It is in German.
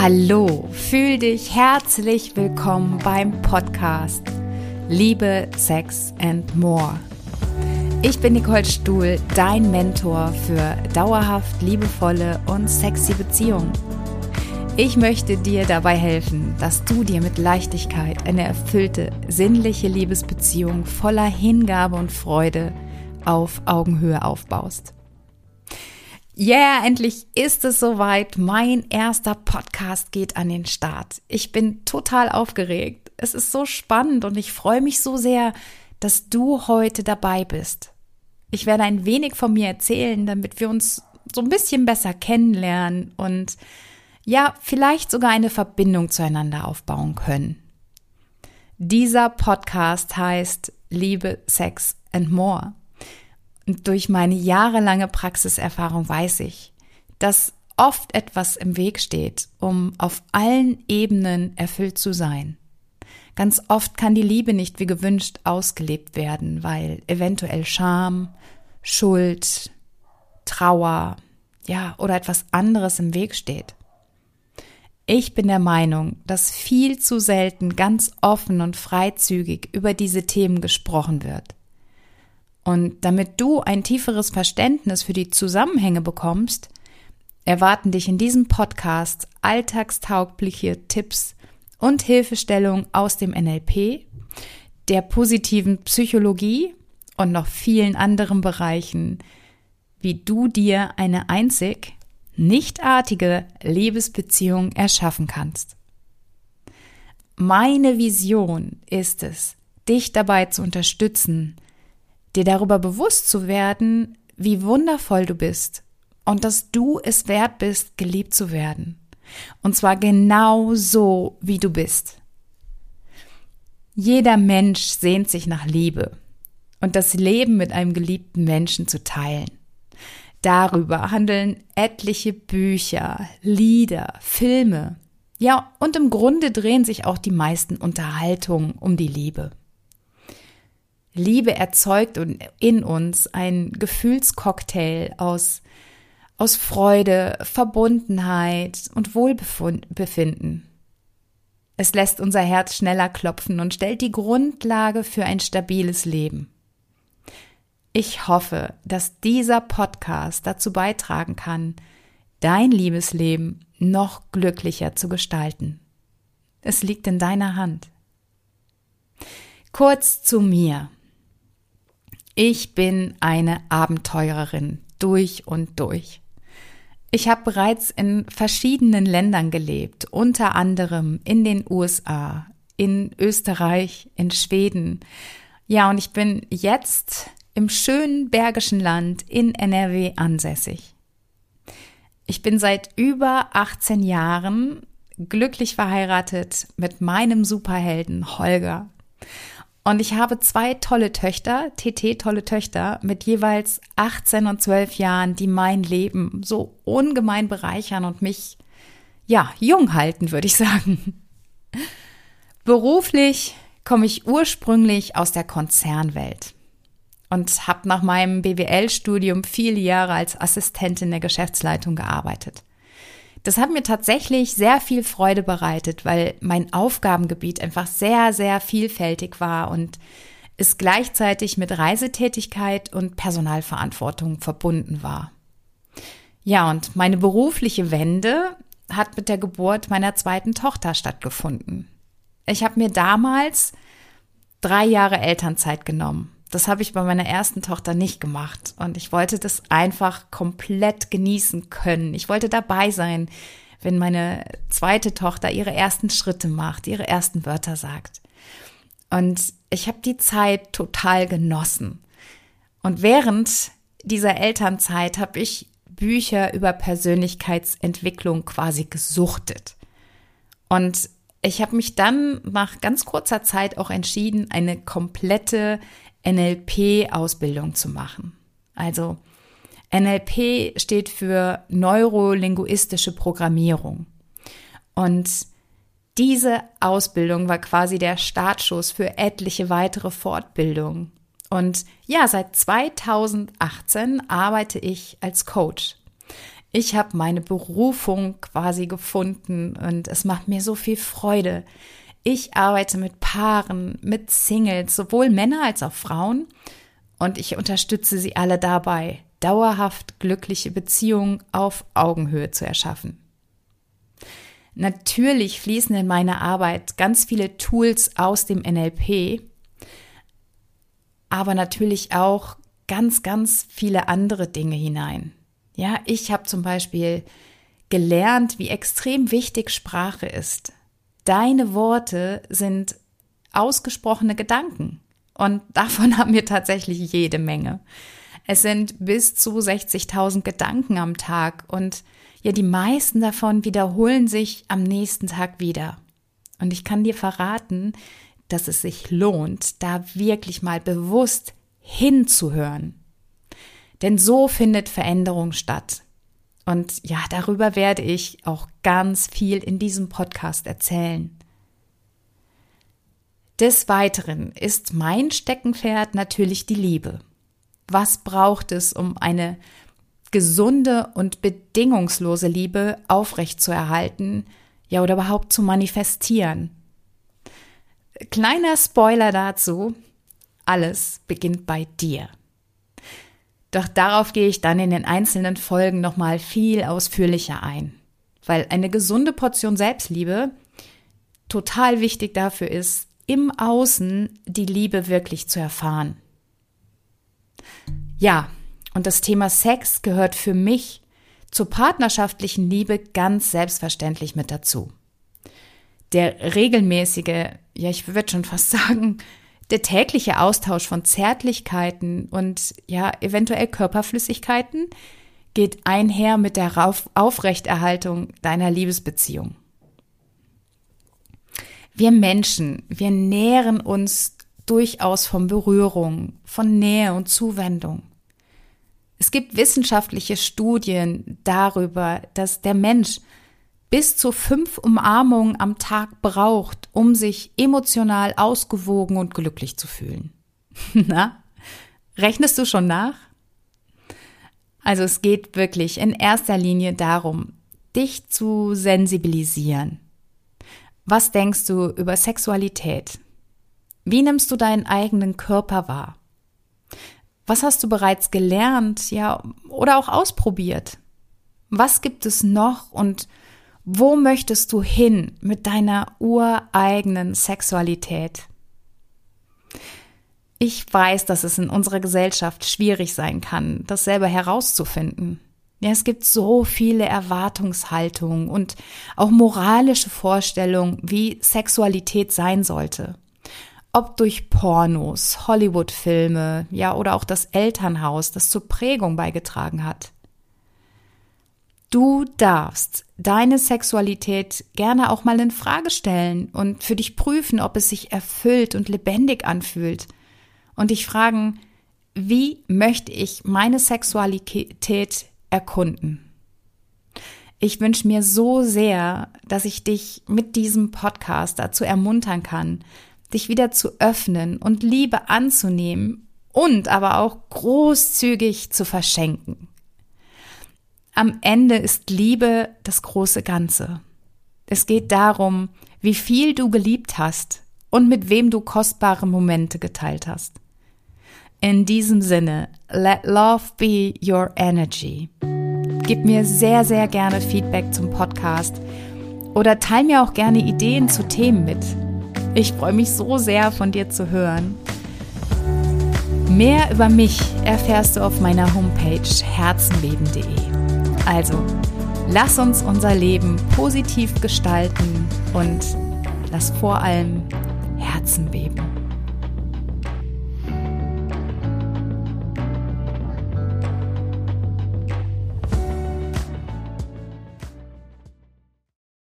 Hallo, fühl dich herzlich willkommen beim Podcast Liebe, Sex and More. Ich bin Nicole Stuhl, dein Mentor für dauerhaft liebevolle und sexy Beziehungen. Ich möchte dir dabei helfen, dass du dir mit Leichtigkeit eine erfüllte, sinnliche Liebesbeziehung voller Hingabe und Freude auf Augenhöhe aufbaust. Yeah, endlich ist es soweit. Mein erster Podcast geht an den Start. Ich bin total aufgeregt. Es ist so spannend und ich freue mich so sehr, dass du heute dabei bist. Ich werde ein wenig von mir erzählen, damit wir uns so ein bisschen besser kennenlernen und ja, vielleicht sogar eine Verbindung zueinander aufbauen können. Dieser Podcast heißt Liebe, Sex and More. Und durch meine jahrelange Praxiserfahrung weiß ich, dass oft etwas im Weg steht, um auf allen Ebenen erfüllt zu sein. Ganz oft kann die Liebe nicht wie gewünscht ausgelebt werden, weil eventuell Scham, Schuld, Trauer, oder etwas anderes im Weg steht. Ich bin der Meinung, dass viel zu selten ganz offen und freizügig über diese Themen gesprochen wird. Und damit du ein tieferes Verständnis für die Zusammenhänge bekommst, erwarten dich in diesem Podcast alltagstaugliche Tipps und Hilfestellungen aus dem NLP, der positiven Psychologie und noch vielen anderen Bereichen, wie du dir eine einzig nichtartige Liebesbeziehung erschaffen kannst. Meine Vision ist es, dich dabei zu unterstützen, dir darüber bewusst zu werden, wie wundervoll du bist und dass du es wert bist, geliebt zu werden. Und zwar genau so, wie du bist. Jeder Mensch sehnt sich nach Liebe und das Leben mit einem geliebten Menschen zu teilen. Darüber handeln etliche Bücher, Lieder, Filme. Ja, und im Grunde drehen sich auch die meisten Unterhaltungen um die Liebe. Liebe erzeugt in uns ein Gefühlscocktail aus Freude, Verbundenheit und Wohlbefinden. Es lässt unser Herz schneller klopfen und stellt die Grundlage für ein stabiles Leben. Ich hoffe, dass dieser Podcast dazu beitragen kann, dein Liebesleben noch glücklicher zu gestalten. Es liegt in deiner Hand. Kurz zu mir. Ich bin eine Abenteurerin durch und durch. Ich habe bereits in verschiedenen Ländern gelebt, unter anderem in den USA, in Österreich, in Schweden. Ja, und ich bin jetzt im schönen Bergischen Land in NRW ansässig. Ich bin seit über 18 Jahren glücklich verheiratet mit meinem Superhelden Holger. Und ich habe 2 tolle Töchter, tolle Töchter, mit jeweils 18 und 12 Jahren, die mein Leben so ungemein bereichern und mich, jung halten, würde ich sagen. Beruflich komme ich ursprünglich aus der Konzernwelt und habe nach meinem BWL-Studium viele Jahre als Assistentin der Geschäftsleitung gearbeitet. Das hat mir tatsächlich sehr viel Freude bereitet, weil mein Aufgabengebiet einfach sehr, sehr vielfältig war und es gleichzeitig mit Reisetätigkeit und Personalverantwortung verbunden war. Ja, und meine berufliche Wende hat mit der Geburt meiner 2. Tochter stattgefunden. Ich habe mir damals 3 Jahre Elternzeit genommen. Das habe ich bei meiner ersten Tochter nicht gemacht und ich wollte das einfach komplett genießen können. Ich wollte dabei sein, wenn meine 2. Tochter ihre ersten Schritte macht, ihre ersten Wörter sagt. Und ich habe die Zeit total genossen. Und während dieser Elternzeit habe ich Bücher über Persönlichkeitsentwicklung quasi gesuchtet. Und ich habe mich dann nach ganz kurzer Zeit auch entschieden, eine komplette NLP-Ausbildung zu machen. Also NLP steht für neurolinguistische Programmierung. Und diese Ausbildung war quasi der Startschuss für etliche weitere Fortbildungen. Und seit 2018 arbeite ich als Coach. Ich habe meine Berufung quasi gefunden und es macht mir so viel Freude. Ich arbeite mit Paaren, mit Singles, sowohl Männer als auch Frauen, und ich unterstütze sie alle dabei, dauerhaft glückliche Beziehungen auf Augenhöhe zu erschaffen. Natürlich fließen in meine Arbeit ganz viele Tools aus dem NLP, aber natürlich auch ganz, ganz viele andere Dinge hinein. Ja, ich habe zum Beispiel gelernt, wie extrem wichtig Sprache ist. Deine Worte sind ausgesprochene Gedanken und davon haben wir tatsächlich jede Menge. Es sind bis zu 60.000 Gedanken am Tag und ja, die meisten davon wiederholen sich am nächsten Tag wieder. Und ich kann dir verraten, dass es sich lohnt, da wirklich mal bewusst hinzuhören. Denn so findet Veränderung statt. Und ja, darüber werde ich auch ganz viel in diesem Podcast erzählen. Des Weiteren ist mein Steckenpferd natürlich die Liebe. Was braucht es, um eine gesunde und bedingungslose Liebe aufrechtzuerhalten, ja, oder überhaupt zu manifestieren? Kleiner Spoiler dazu: alles beginnt bei dir. Doch darauf gehe ich dann in den einzelnen Folgen nochmal viel ausführlicher ein, weil eine gesunde Portion Selbstliebe total wichtig dafür ist, im Außen die Liebe wirklich zu erfahren. Ja, und das Thema Sex gehört für mich zur partnerschaftlichen Liebe ganz selbstverständlich mit dazu. Der regelmäßige, ja, ich würde schon fast sagen, der tägliche Austausch von Zärtlichkeiten und ja, eventuell Körperflüssigkeiten geht einher mit der Aufrechterhaltung deiner Liebesbeziehung. Wir Menschen, wir nähren uns durchaus von Berührung, von Nähe und Zuwendung. Es gibt wissenschaftliche Studien darüber, dass der Mensch bis zu 5 Umarmungen am Tag braucht, um sich emotional ausgewogen und glücklich zu fühlen. Na, rechnest du schon nach? Also es geht wirklich in erster Linie darum, dich zu sensibilisieren. Was denkst du über Sexualität? Wie nimmst du deinen eigenen Körper wahr? Was hast du bereits gelernt, ja, oder auch ausprobiert? Was gibt es noch und wo möchtest du hin mit deiner ureigenen Sexualität? Ich weiß, dass es in unserer Gesellschaft schwierig sein kann, das selber herauszufinden. Ja, es gibt so viele Erwartungshaltungen und auch moralische Vorstellungen, wie Sexualität sein sollte. Ob durch Pornos, Hollywood-Filme, ja, oder auch das Elternhaus, das zur Prägung beigetragen hat. Du darfst deine Sexualität gerne auch mal in Frage stellen und für dich prüfen, ob es sich erfüllt und lebendig anfühlt. Und dich fragen, wie möchte ich meine Sexualität erkunden? Ich wünsche mir so sehr, dass ich dich mit diesem Podcast dazu ermuntern kann, dich wieder zu öffnen und Liebe anzunehmen und aber auch großzügig zu verschenken. Am Ende ist Liebe das große Ganze. Es geht darum, wie viel du geliebt hast und mit wem du kostbare Momente geteilt hast. In diesem Sinne, let love be your energy. Gib mir sehr, sehr gerne Feedback zum Podcast oder teile mir auch gerne Ideen zu Themen mit. Ich freue mich so sehr, von dir zu hören. Mehr über mich erfährst du auf meiner Homepage herzenbeben.de. Also, lass uns unser Leben positiv gestalten und lass vor allem Herzen beben.